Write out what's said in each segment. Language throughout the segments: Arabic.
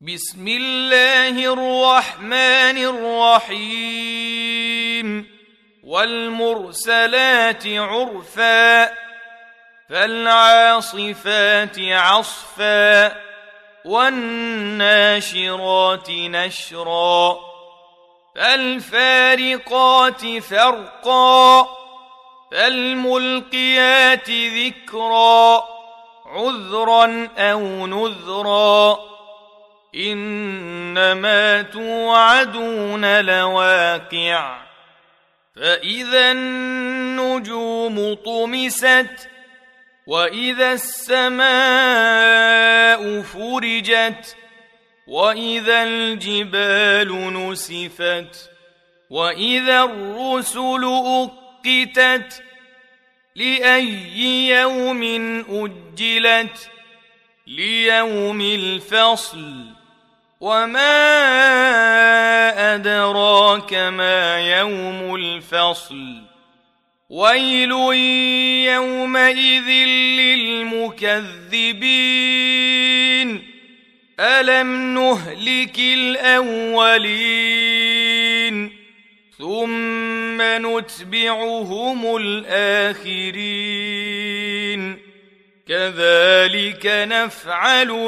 بسم الله الرحمن الرحيم والمرسلات عرفا فالعاصفات عصفا والناشرات نشرا فالفارقات فرقا فالملقيات ذكرا عذرا أو نذرا إنما توعدون لواقع فإذا النجوم طمست وإذا السماء فرجت وإذا الجبال نسفت وإذا الرسل أقتت لأي يوم أجلت ليوم الفصل وما أدراك ما يوم الفصل ويل يومئذ للمكذبين ألم نهلك الأولين ثم نتبعهم الآخرين كذلك نفعل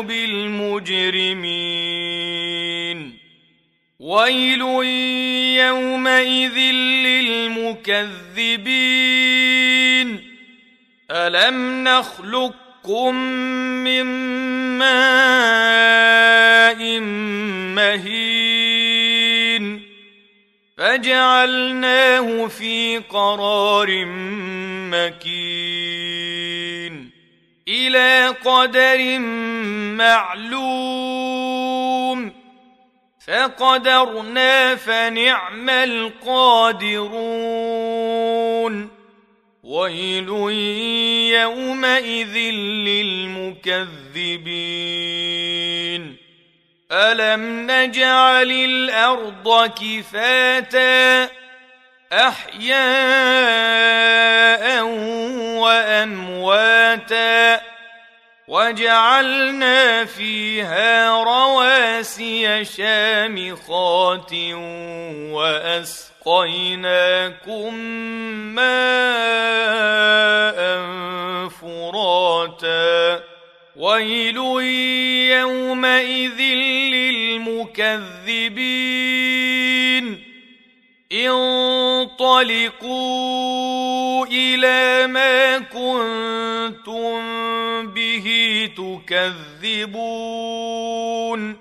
بالمجرمين ويل يومئذ للمكذبين ألم نخلقكم من ماء مهين فجعلناه في قرار مكين إلى قدر معلوم فقدرنا فنعم القادرون ويل يومئذ للمكذبين ألم نجعل الأرض كفاتا أحياء وأمواتا وجعلنا فيها رواسي شامخات وأسقيناكم ماء فراتا ويل يومئذ للمكذبين انطلقوا إلى ما كنتم به تكذبون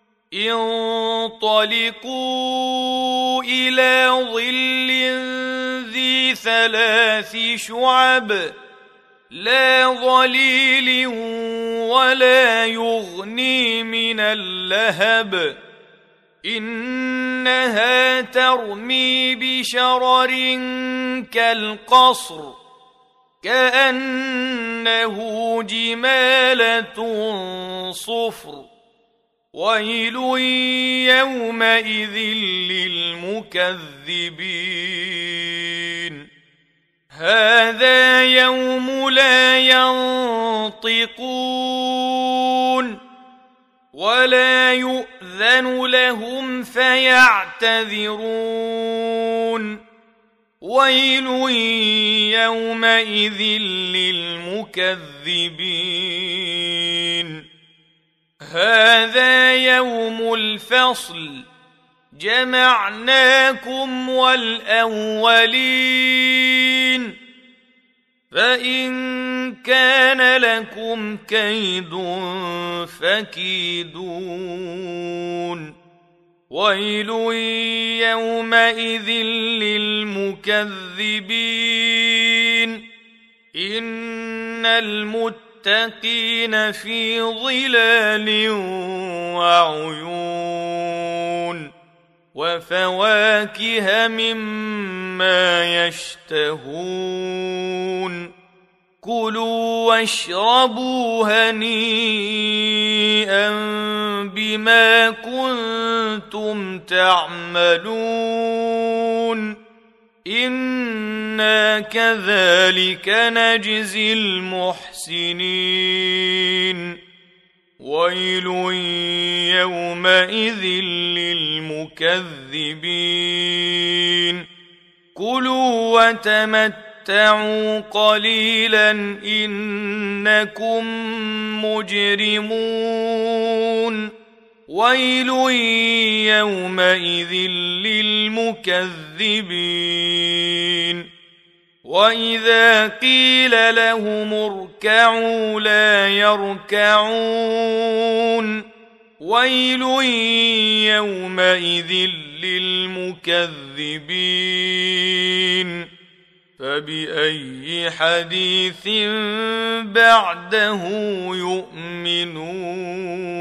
انطلقوا إلى ظل ذي 3 شعب لا ظليل ولا يغني من اللهب إنها ترمي بشرر كالقصر كأنه جمالة صفر ويل يومئذ للمكذبين هذا يوم لا ينطقون ولا يؤذن لهم فيعتذرون ويل يومئذ للمكذبين هذا يوم الفصل جمعناكم والأولين فإن كان لكم كيد فكيدون ويل يومئذ للمكذبين إن المتقين في ظلال وعيون وفواكه مما يشتهون كلوا واشربوا هنيئا بما كنتم تعملون إنا كذلك نجزي المحسنين ويل يومئذ للمكذبين كلوا وتمتعوا قليلا إنكم مجرمون ويل يومئذ للمكذبين وإذا قيل لهم اركعوا لا يركعون ويل يومئذ للمكذبين فبأي حديث بعده يؤمنون